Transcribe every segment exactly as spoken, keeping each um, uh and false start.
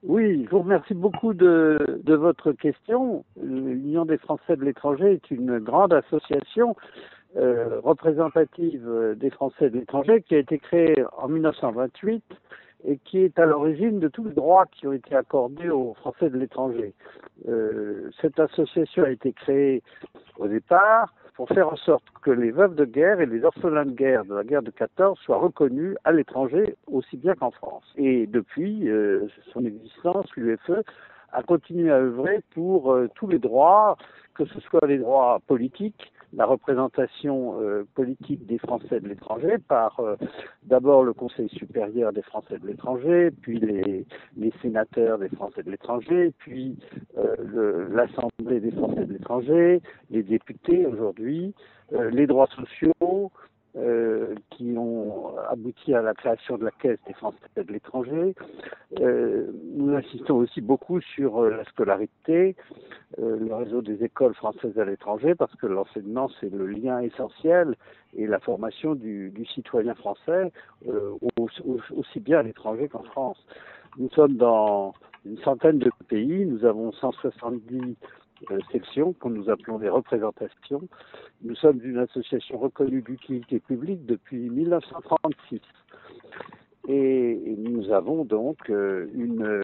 Oui, je vous remercie beaucoup de, de votre question. L'Union des Français de l'étranger est une grande association euh, représentative des Français de l'étranger qui a été créée en mille neuf cent vingt-huit et qui est à l'origine de tous les droits qui ont été accordés aux Français de l'étranger. Euh, cette association a été créée au départ pour faire en sorte que les veuves de guerre et les orphelins de guerre de la guerre de quatorze soient reconnus à l'étranger aussi bien qu'en France. Et depuis euh, son existence, l'U F E a continué à œuvrer pour euh, tous les droits, que ce soit les droits politiques, la représentation euh, politique des Français de l'étranger par euh, d'abord le Conseil supérieur des Français de l'étranger, puis les, les sénateurs des Français de l'étranger, puis euh, le, l'Assemblée des Français de l'étranger, les députés aujourd'hui, euh, les droits sociaux euh, qui ont abouti à la création de la Caisse des Français de l'étranger. Euh, nous insistons aussi beaucoup sur euh, la scolarité, euh, le réseau des écoles françaises à l'étranger, parce que l'enseignement, c'est le lien essentiel et la formation du, du citoyen français, euh, au, au, aussi bien à l'étranger qu'en France. Nous sommes dans une centaine de pays, nous avons cent soixante-dix euh, sections que nous appelons des représentations. Nous sommes une association reconnue d'utilité publique depuis mille neuf cent trente-six. Et nous avons donc euh, une,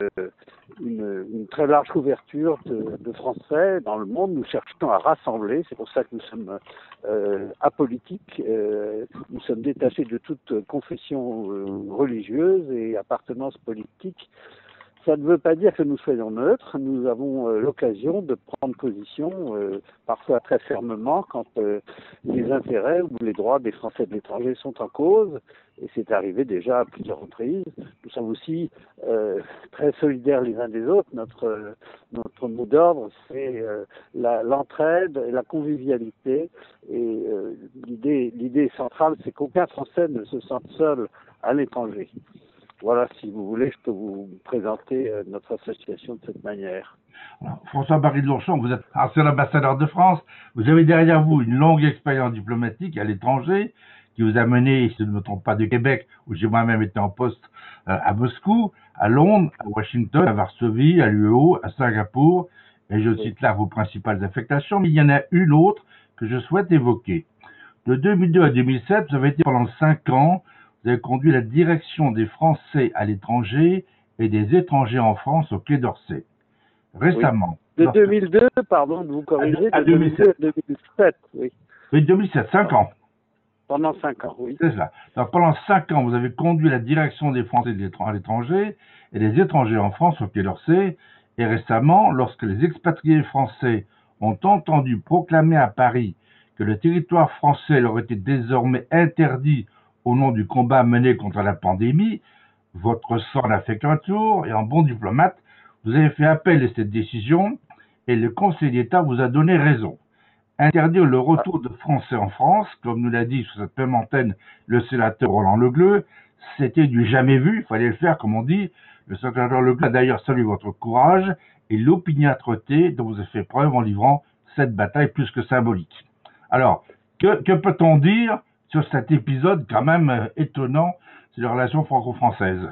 une, une très large couverture de, de Français dans le monde. Nous cherchons à rassembler, c'est pour ça que nous sommes euh, apolitiques, euh, nous sommes détachés de toute confession euh, religieuse et appartenance politique. Ça ne veut pas dire que nous soyons neutres. Nous avons euh, l'occasion de prendre position, euh, parfois très fermement, quand euh, les intérêts ou les droits des Français de l'étranger sont en cause. Et c'est arrivé déjà à plusieurs reprises. Nous sommes aussi euh, très solidaires les uns des autres. Notre, euh, notre mot d'ordre, c'est euh, la, l'entraide et la convivialité. Et euh, l'idée, l'idée centrale, c'est qu'aucun Français ne se sente seul à l'étranger. Voilà, si vous voulez, je peux vous présenter euh, notre association de cette manière. Alors, François-Barry de Longchamp, vous êtes ancien ambassadeur de France. Vous avez derrière vous une longue expérience diplomatique à l'étranger qui vous a mené, si je ne me trompe pas, de Québec, où j'ai moi-même été en poste, euh, à Moscou, à Londres, à Washington, à Varsovie, à l'U E O, à Singapour. Et je cite là vos principales affectations, mais il y en a une autre que je souhaite évoquer. De deux mille deux à deux mille sept, vous avez été pendant cinq ans, vous avez conduit la direction des Français à l'étranger et des étrangers en France au Quai d'Orsay. Récemment. Oui. De lorsque... deux mille deux, pardon, de vous corriger, à de deux mille deux à deux mille sept, oui. Oui, deux mille sept, cinq ans. Pendant cinq ans, oui. C'est ça. Donc, pendant cinq ans, vous avez conduit la direction des Français à l'étranger et des étrangers en France au Quai d'Orsay. Et récemment, lorsque les expatriés français ont entendu proclamer à Paris que le territoire français leur était désormais interdit au nom du combat mené contre la pandémie, votre sang n'a fait qu'un tour et en bon diplomate, vous avez fait appel à cette décision et le Conseil d'État vous a donné raison. Interdire le retour de Français en France, comme nous l'a dit sur cette même antenne le sénateur Roland Legleu, c'était du jamais vu, il fallait le faire comme on dit. Le sénateur Legleu a d'ailleurs salué votre courage et l'opiniâtreté dont vous avez fait preuve en livrant cette bataille plus que symbolique. Alors, que, que peut-on dire sur cet épisode quand même euh, étonnant sur les relations franco-françaises?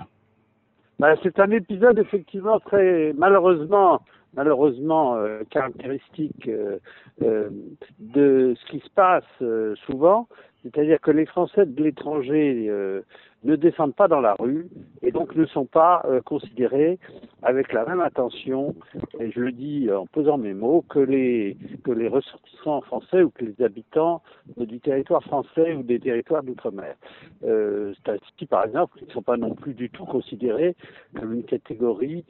Ben, c'est un épisode effectivement très malheureusement malheureusement euh, caractéristique euh, euh, de ce qui se passe euh, souvent, c'est-à-dire que les Français de l'étranger euh, ne descendent pas dans la rue et donc ne sont pas euh, considérés avec la même attention, et je le dis en pesant mes mots, que les que les ressortissants français ou que les habitants euh, du territoire français ou des territoires d'outre-mer. Euh, c'est ainsi, par exemple, ils ne sont pas non plus du tout considérés comme une catégorie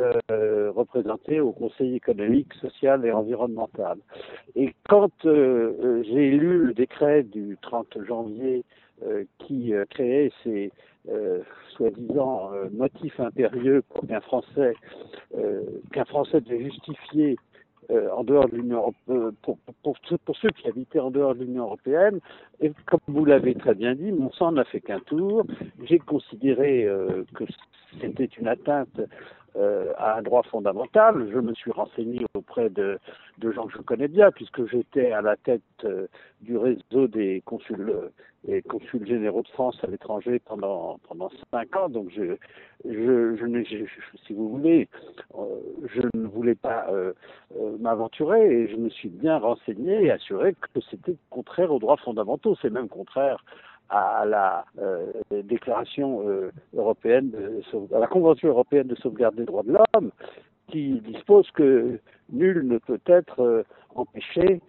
Euh, représenté au Conseil économique, social et environnemental. Et quand euh, j'ai lu le décret du trente janvier euh, qui euh, créait ces euh, soi-disant euh, motifs impérieux pour qu'un Français, euh, qu'un Français devait justifier Euh, en dehors de l'Union européenne, pour, pour, pour, pour ceux qui habitaient en dehors de l'Union européenne, et comme vous l'avez très bien dit, mon sang n'a fait qu'un tour. J'ai considéré euh, que c'était une atteinte euh, à un droit fondamental. Je me suis renseigné auprès de, de gens que je connais bien, puisque j'étais à la tête euh, du réseau des consuls et consuls généraux de France à l'étranger pendant pendant cinq ans. Donc je je, je, je, je si vous voulez, euh, je ne voulais pas euh, euh, m'aventurer et je me suis bien renseigné et assuré que c'était contraire aux droits fondamentaux. C'est même contraire à la euh, déclaration euh, européenne, de, à la Convention européenne de sauvegarde des droits de l'homme, qui dispose que nul ne peut être euh, empêché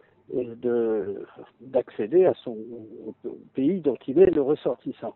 de d'accéder à son pays dont il est le ressortissant.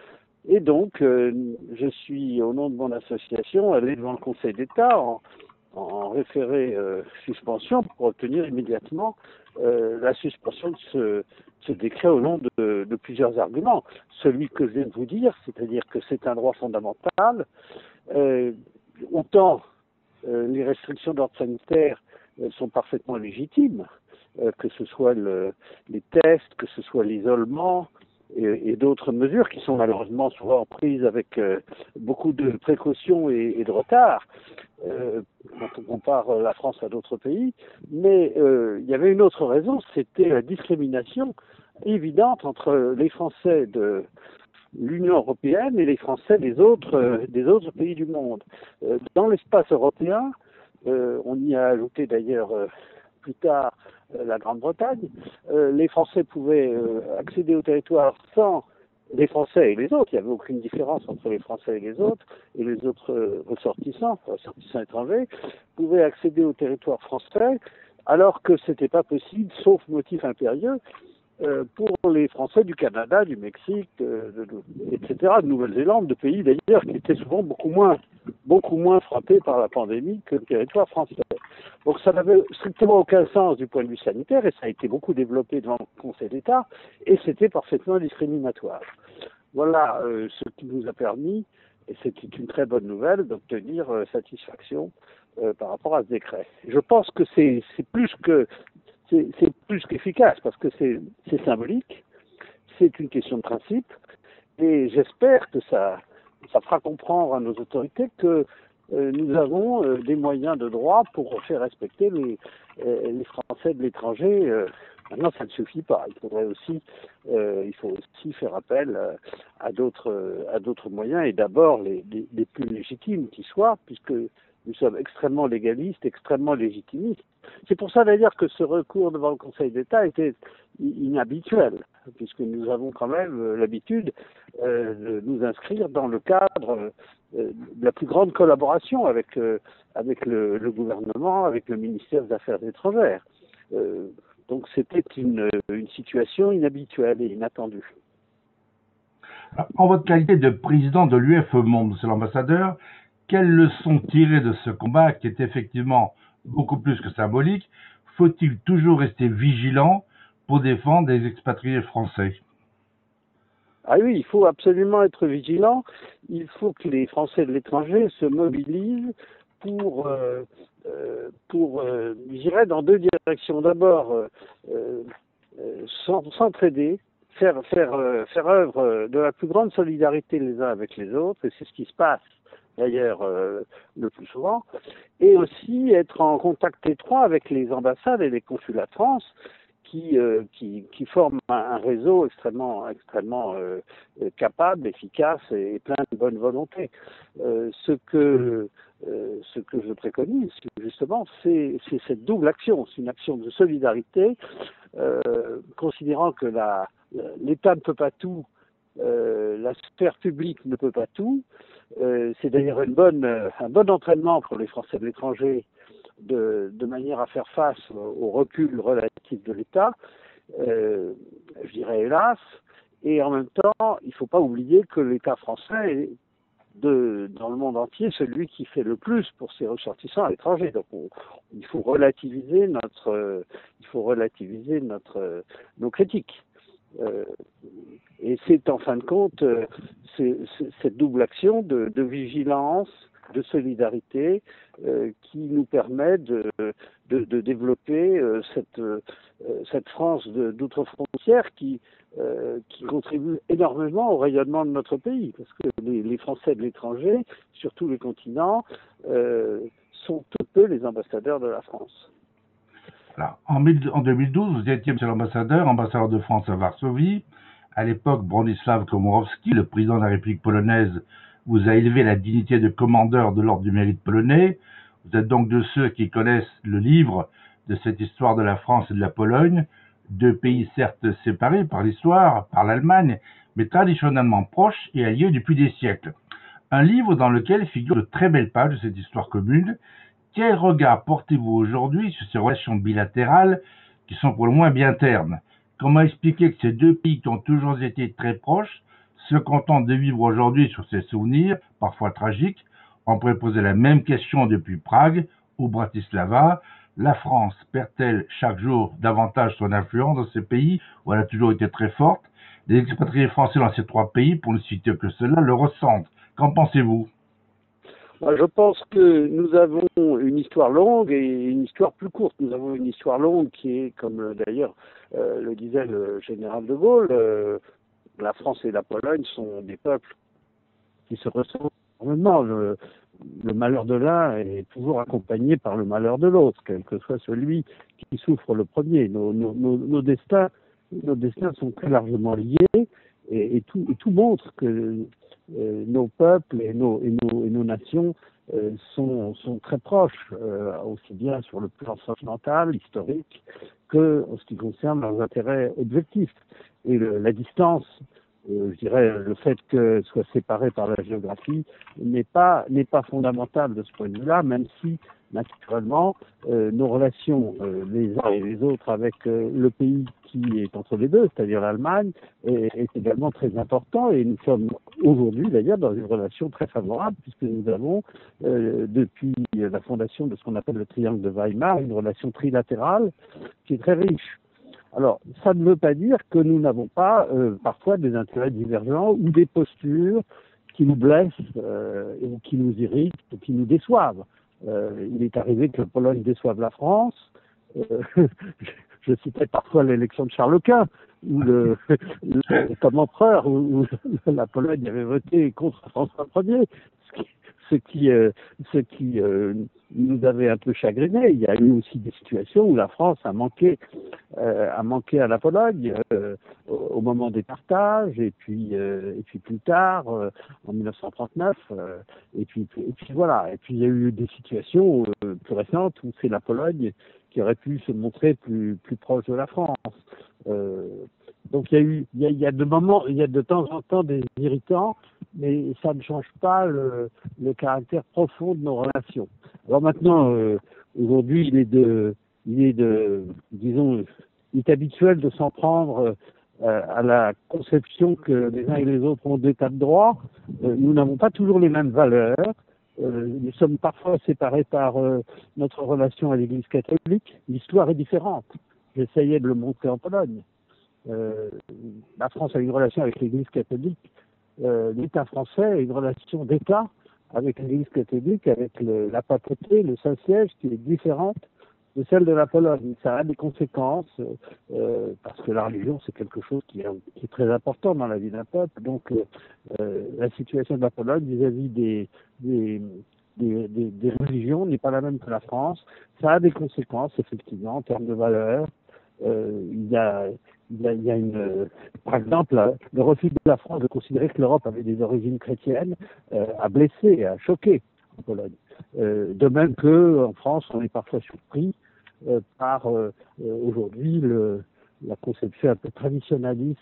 Et donc, euh, je suis, au nom de mon association, allé devant le Conseil d'État en, en référé euh, suspension pour obtenir immédiatement euh, la suspension de ce, ce décret au nom de, de plusieurs arguments. Celui que je viens de vous dire, c'est-à-dire que c'est un droit fondamental, euh, autant euh, les restrictions d'ordre sanitaire euh, sont parfaitement légitimes, euh, que ce soit le, les tests, que ce soit l'isolement, et, et d'autres mesures qui sont malheureusement souvent prises avec euh, beaucoup de précautions et, et de retard euh, quand on compare la France à d'autres pays. Mais euh, il y avait une autre raison, c'était la discrimination évidente entre les Français de l'Union européenne et les Français des autres, euh, des autres pays du monde. Euh, dans l'espace européen, euh, on y a ajouté d'ailleurs euh, plus tard euh, la Grande-Bretagne, euh, les Français pouvaient euh, accéder au territoire sans les Français et les autres, il n'y avait aucune différence entre les Français et les autres, et les autres euh, ressortissants, ressortissants étrangers, pouvaient accéder au territoire français alors que ce n'était pas possible, sauf motif impérieux, Euh, pour les Français du Canada, du Mexique, euh, de, de, et cetera, de Nouvelle-Zélande, de pays d'ailleurs qui étaient souvent beaucoup moins, beaucoup moins frappés par la pandémie que le territoire français. Donc ça n'avait strictement aucun sens du point de vue sanitaire et ça a été beaucoup développé devant le Conseil d'État et c'était parfaitement discriminatoire. Voilà euh, ce qui nous a permis, et c'était une très bonne nouvelle, d'obtenir euh, satisfaction euh, par rapport à ce décret. Je pense que c'est plus que c'est plus qu'efficace parce que c'est symbolique, c'est une question de principe et j'espère que ça, ça fera comprendre à nos autorités que euh, nous avons euh, des moyens de droit pour faire respecter les, euh, les Français de l'étranger. Euh, maintenant, ça ne suffit pas. Il faudrait aussi, euh, il faut aussi faire appel euh, à d'autres à d'autres moyens et d'abord les, les, les plus légitimes qui soient, puisque nous sommes extrêmement légalistes, extrêmement légitimistes. C'est pour ça d'ailleurs que ce recours devant le Conseil d'État était inhabituel, puisque nous avons quand même l'habitude euh, de nous inscrire dans le cadre euh, de la plus grande collaboration avec, euh, avec le, le gouvernement, avec le ministère des Affaires étrangères. Euh, donc c'était une, une situation inhabituelle et inattendue. En votre qualité de président de l'U F E Monde, monsieur l'ambassadeur, quelles leçons tirer de ce combat qui est effectivement beaucoup plus que symbolique? Faut-il toujours rester vigilant pour défendre les expatriés français? Ah oui, il faut absolument être vigilant. Il faut que les Français de l'étranger se mobilisent pour, euh, euh, pour euh, je dirais, dans deux directions. D'abord, euh, euh, s'entraider, faire, faire, euh, faire œuvre de la plus grande solidarité les uns avec les autres, et c'est ce qui se passe d'ailleurs euh, le plus souvent, et aussi être en contact étroit avec les ambassades et les consulats de France qui, euh, qui, qui forment un, un réseau extrêmement, extrêmement euh, capable, efficace et, et plein de bonne volonté. Euh, ce, que, euh, ce que je préconise, justement, c'est cette double action. C'est une action de solidarité, euh, considérant que l'État ne peut pas tout, euh, la sphère publique ne peut pas tout. Euh, c'est d'ailleurs une bonne, un bon entraînement pour les Français de l'étranger de, de manière à faire face au, au recul relatif de l'État, euh, je dirais hélas, et en même temps, il ne faut pas oublier que l'État français est de, dans le monde entier celui qui fait le plus pour ses ressortissants à l'étranger. Donc on, il faut relativiser notre, euh, il faut relativiser notre, euh, nos critiques. Euh, et c'est en fin de compte euh, c'est, c'est cette double action de, de vigilance, de solidarité euh, qui nous permet de, de, de développer euh, cette, euh, cette France d'outre-frontière qui, euh, qui contribue énormément au rayonnement de notre pays, parce que les, les Français de l'étranger, sur tous les continents, euh, sont peu les ambassadeurs de la France. Alors, en, en deux mille douze, vous étiez, monsieur l'ambassadeur, ambassadeur de France à Varsovie. À l'époque, Bronisław Komorowski, le président de la République polonaise, vous a élevé à la dignité de commandeur de l'ordre du mérite polonais. Vous êtes donc de ceux qui connaissent le livre de cette histoire de la France et de la Pologne, deux pays certes séparés par l'histoire, par l'Allemagne, mais traditionnellement proches et alliés depuis des siècles. Un livre dans lequel figurent de très belles pages de cette histoire commune. Quel regard portez-vous aujourd'hui sur ces relations bilatérales qui sont pour le moins bien ternes? Comment expliquer que ces deux pays qui ont toujours été très proches se contentent de vivre aujourd'hui sur ces souvenirs, parfois tragiques? On pourrait poser la même question depuis Prague ou Bratislava. La France perd-elle chaque jour davantage son influence dans ces pays où elle a toujours été très forte? Les expatriés français dans ces trois pays, pour ne citer que cela, le ressentent. Qu'en pensez-vous? Moi, je pense que nous avons une histoire longue et une histoire plus courte. Nous avons une histoire longue qui est, comme d'ailleurs euh, le disait le général de Gaulle, euh, la France et la Pologne sont des peuples qui se ressemblent énormément. Le, le malheur de l'un est toujours accompagné par le malheur de l'autre, quel que soit celui qui souffre le premier. Nos, nos, nos, nos destins, nos destins sont très largement liés et, et, tout, et tout montre que euh, nos peuples et nos, et nos, et nos nations euh, sont, sont très proches, euh, aussi bien sur le plan sentimental, historique, que en ce qui concerne leurs intérêts objectifs. Et le, la distance, euh, je dirais, le fait que soit séparé par la géographie n'est pas n'est pas fondamental de ce point de vue-là, même si naturellement euh, nos relations euh, les uns et les autres avec euh, le pays qui est entre les deux, c'est-à-dire l'Allemagne, est, est également très important, et nous sommes aujourd'hui d'ailleurs dans une relation très favorable puisque nous avons euh, depuis la fondation de ce qu'on appelle le triangle de Weimar une relation trilatérale qui est très riche. Alors, ça ne veut pas dire que nous n'avons pas euh, parfois des intérêts divergents ou des postures qui nous blessent euh, ou qui nous irritent ou qui nous déçoivent. Euh, il est arrivé que la Pologne déçoive la France. Euh, je, je citais parfois l'élection de Charles Quint, où le, le, comme empereur, où, où la Pologne avait voté contre François Ier, ce qui, ce qui, euh, ce qui euh, nous avait un peu chagriné. Il y a eu aussi des situations où la France a manqué, euh, a manqué à la Pologne euh, au, au moment des partages, et puis, euh, et puis plus tard, euh, en mille neuf cent trente-neuf, euh, et, puis, et puis voilà. Et puis il y a eu des situations euh, plus récentes où c'est la Pologne qui aurait pu se montrer plus, plus proche de la France. Euh, donc il y a eu, il y a, il y a de moments, il y a de temps en temps des irritants, mais ça ne change pas le, le caractère profond de nos relations. Alors maintenant, euh, aujourd'hui, il est de, il est de, disons, il est habituel de s'en prendre euh, à la conception que les uns et les autres ont d'état de droit. Euh, nous n'avons pas toujours les mêmes valeurs. Euh, nous sommes parfois séparés par euh, notre relation à l'Église catholique. L'histoire est différente. J'essayais de le montrer en Pologne. Euh, la France a une relation avec l'Église catholique. Euh, L'État français a une relation d'État avec l'Église catholique, avec le, la papauté, le Saint-Siège, qui est différente de celle de la Pologne. Ça a des conséquences, euh, parce que la religion, c'est quelque chose qui est, qui est très important dans la vie d'un peuple. Donc, euh, la situation de la Pologne vis-à-vis des, des, des, des, des religions n'est pas la même que la France. Ça a des conséquences, effectivement, en termes de valeurs. Euh, il y a... Il y, a, il y a une, euh, par exemple, le refus de la France de considérer que l'Europe avait des origines chrétiennes euh, a blessé, a choqué en Pologne. Euh, de même que en France, on est parfois surpris euh, par euh, aujourd'hui le, la conception un peu traditionnaliste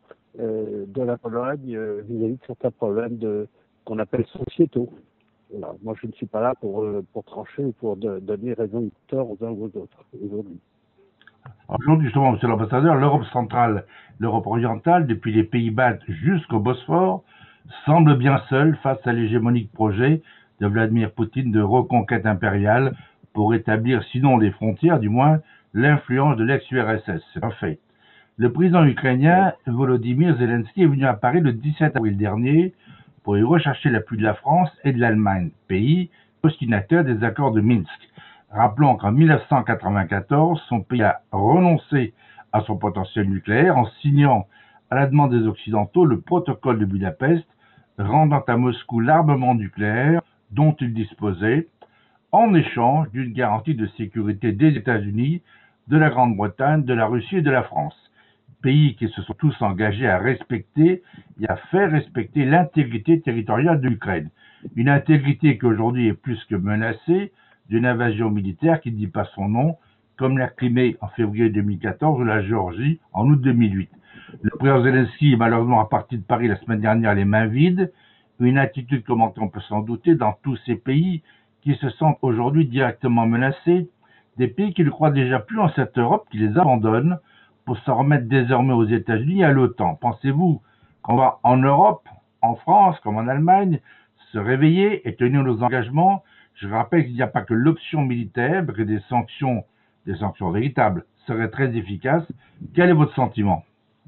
euh, de la Pologne euh, vis-à-vis de certains problèmes de qu'on appelle sociétaux. Voilà. Moi, je ne suis pas là pour pour trancher ou pour de, donner raison ou tort aux uns ou aux autres aujourd'hui. Aujourd'hui, justement, monsieur l'ambassadeur, l'Europe centrale, l'Europe orientale, depuis les Pays-Bas jusqu'au Bosphore, semble bien seule face à l'hégémonique projet de Vladimir Poutine de reconquête impériale pour établir, sinon les frontières, du moins l'influence de l'ex-U R S S. C'est un fait. Le président ukrainien Volodymyr Zelensky est venu à Paris le dix-sept avril dernier pour y rechercher l'appui de la France et de l'Allemagne, pays co-signataires des accords de Minsk. Rappelons qu'en mille neuf cent quatre-vingt-quatorze, son pays a renoncé à son potentiel nucléaire en signant, à la demande des Occidentaux, le protocole de Budapest, rendant à Moscou l'armement nucléaire dont il disposait, en échange d'une garantie de sécurité des États-Unis, de la Grande-Bretagne, de la Russie et de la France. pays qui se sont tous engagés à respecter et à faire respecter l'intégrité territoriale de l'Ukraine. Une intégrité qui aujourd'hui est plus que menacée d'une invasion militaire qui ne dit pas son nom, comme la Crimée en février deux mille quatorze ou la Géorgie en août deux mille huit. Le président Zelensky est malheureusement reparti de Paris la semaine dernière les mains vides, une attitude, comme on peut s'en douter, dans tous ces pays qui se sentent aujourd'hui directement menacés, des pays qui ne croient déjà plus en cette Europe, qui les abandonne pour s'en remettre désormais aux États-Unis et à l'OTAN. Pensez-vous qu'on va en Europe, en France, comme en Allemagne, se réveiller et tenir nos engagements? Je rappelle qu'il n'y a pas que l'option militaire, que des sanctions, des sanctions véritables, seraient très efficaces. Quel est votre sentiment?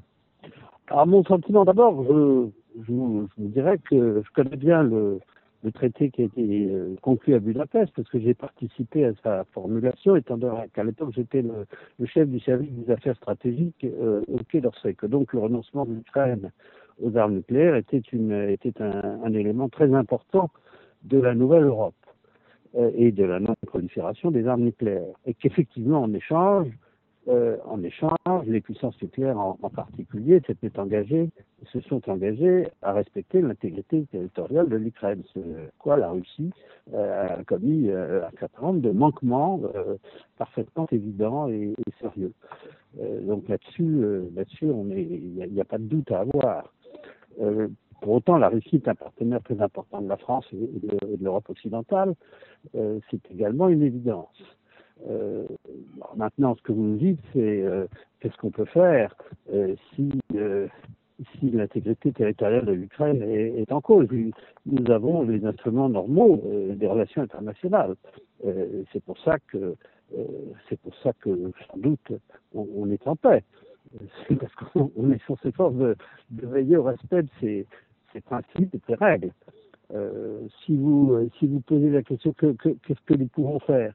Alors, mon sentiment, d'abord, je, je, vous, je vous dirais que je connais bien le, le traité qui a été euh, conclu à Budapest, parce que j'ai participé à sa formulation, étant donné qu'à l'époque, j'étais le, le chef du service des affaires stratégiques euh, au Quai d'Orsay, que donc le renoncement de l'Ukraine aux armes nucléaires était, une, était un, un élément très important de la nouvelle Europe euh, et de la non-prolifération des armes nucléaires. Et qu'effectivement, en échange, Euh, en échange, les puissances nucléaires en, en particulier s'étaient engagées, se sont engagées à respecter l'intégrité territoriale de l'Ukraine, ce quoi la Russie euh, a commis euh, un certain nombre de manquements euh, parfaitement évidents et, et sérieux. Euh, donc là-dessus, euh, là-dessus, on est, il n'y a, a pas de doute à avoir. Euh, pour autant, la Russie est un partenaire très important de la France et de, et de l'Europe occidentale. Euh, c'est également une évidence. Euh, maintenant, ce que vous nous dites, c'est euh, qu'est-ce qu'on peut faire euh, si, euh, si l'intégrité territoriale de l'Ukraine est, est en cause. Nous avons les instruments normaux euh, des relations internationales. Euh, c'est pour ça que, euh, c'est pour ça que, sans doute, on, on est en paix. C'est parce qu'on on est sur s'efforce de, de veiller au respect de ces, ces principes et ces règles. Euh, si vous, si vous posez la question que, que, qu'est-ce que nous pouvons faire?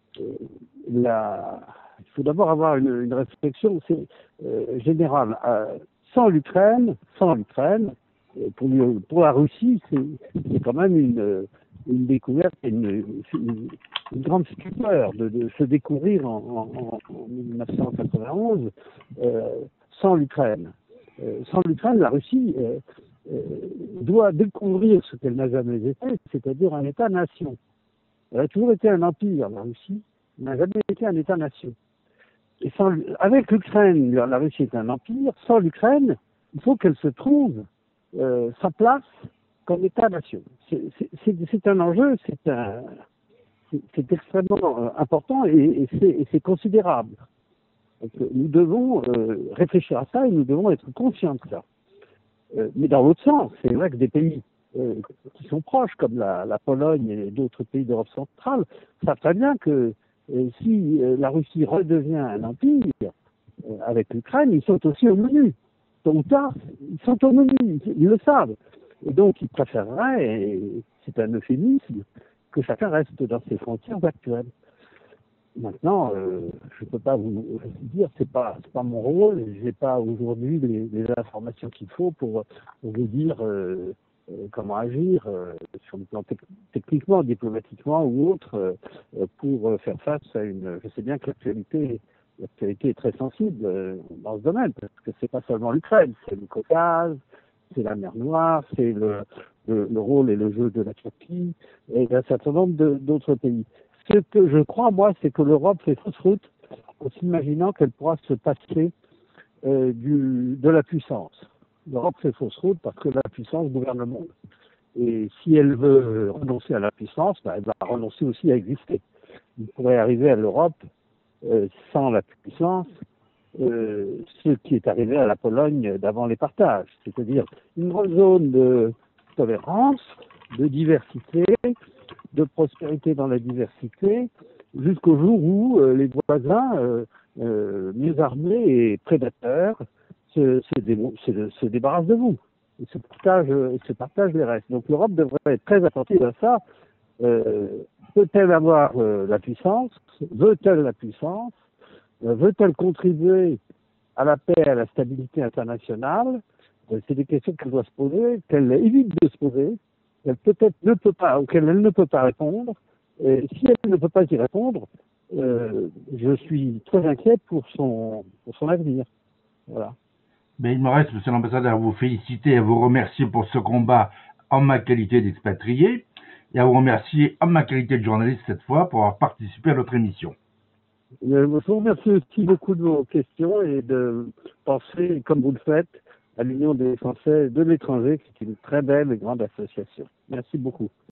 La... Il faut d'abord avoir une, une réflexion c'est, euh, générale. Euh, sans l'Ukraine, sans l'Ukraine, pour, pour la Russie, c'est, c'est quand même une, une découverte, une, une, une grande stupeur de, de se découvrir en, en, en mille neuf cent quatre-vingt-onze euh, sans l'Ukraine. Euh, sans l'Ukraine, la Russie euh, euh, doit découvrir ce qu'elle n'a jamais été, c'est-à-dire un État-nation. Elle a toujours été un empire, la Russie, n'a jamais été un État-nation. Et sans, avec l'Ukraine, la Russie est un empire. Sans l'Ukraine, il faut qu'elle se trouve euh, sa place comme État-nation. C'est, c'est, c'est, c'est un enjeu, c'est, un, c'est, c'est extrêmement euh, important et, et, c'est, et c'est considérable. Donc, nous devons euh, réfléchir à ça et nous devons être conscients de ça. Euh, mais dans l'autre sens, c'est vrai que des pays Euh, qui sont proches, comme la, la Pologne et d'autres pays d'Europe centrale, savent très bien que euh, si euh, la Russie redevient un empire euh, avec l'Ukraine, ils sont aussi au menu. Tôt ou tard, ils sont au menu, ils, ils le savent. Et donc, ils préféreraient, et c'est un euphémisme, que chacun reste dans ses frontières actuelles. Maintenant, euh, je ne peux pas vous dire, c'est pas, c'est pas mon rôle, je n'ai pas aujourd'hui les, les informations qu'il faut pour, pour vous dire euh, Euh, comment agir euh, sur le plan te- techniquement, diplomatiquement ou autre euh, pour euh, faire face à une. Je sais bien que l'actualité, l'actualité est très sensible euh, dans ce domaine parce que c'est pas seulement l'Ukraine, c'est le Caucase, c'est la mer Noire, c'est le, le, le rôle et le jeu de la Turquie et d'un certain nombre de, d'autres pays. Ce que je crois moi, c'est que l'Europe fait fausse route en s'imaginant qu'elle pourra se passer euh, du, de la puissance. L'Europe fait fausse route parce que la puissance gouverne le monde. Et si elle veut renoncer à la puissance, ben elle va renoncer aussi à exister. Il pourrait arriver à l'Europe euh, sans la puissance euh, ce qui est arrivé à la Pologne d'avant les partages, c'est-à-dire une grande zone de tolérance, de diversité, de prospérité dans la diversité, jusqu'au jour où euh, les voisins euh, euh, mieux armés et prédateurs Se, se, dé, se, se débarrasse de vous et se partage, et se partage les restes. Donc l'Europe devrait être très attentive à ça. Euh, peut-elle avoir euh, la puissance? Veut-elle la puissance? euh, Veut-elle contribuer à la paix et à la stabilité internationale? euh, C'est des questions qu'elle doit se poser, qu'elle évite de se poser, qu'elle peut-être ne peut pas, auxquelles elle ne peut pas répondre. Et si elle ne peut pas y répondre, euh, je suis très inquiet pour son, pour son avenir. Voilà. Mais il me reste, monsieur l'ambassadeur, à vous féliciter et à vous remercier pour ce combat en ma qualité d'expatrié et à vous remercier en ma qualité de journaliste cette fois pour avoir participé à notre émission. Je vous remercie aussi beaucoup de vos questions et de penser, comme vous le faites, à l'Union des Français de l'étranger, qui est une très belle et grande association. Merci beaucoup.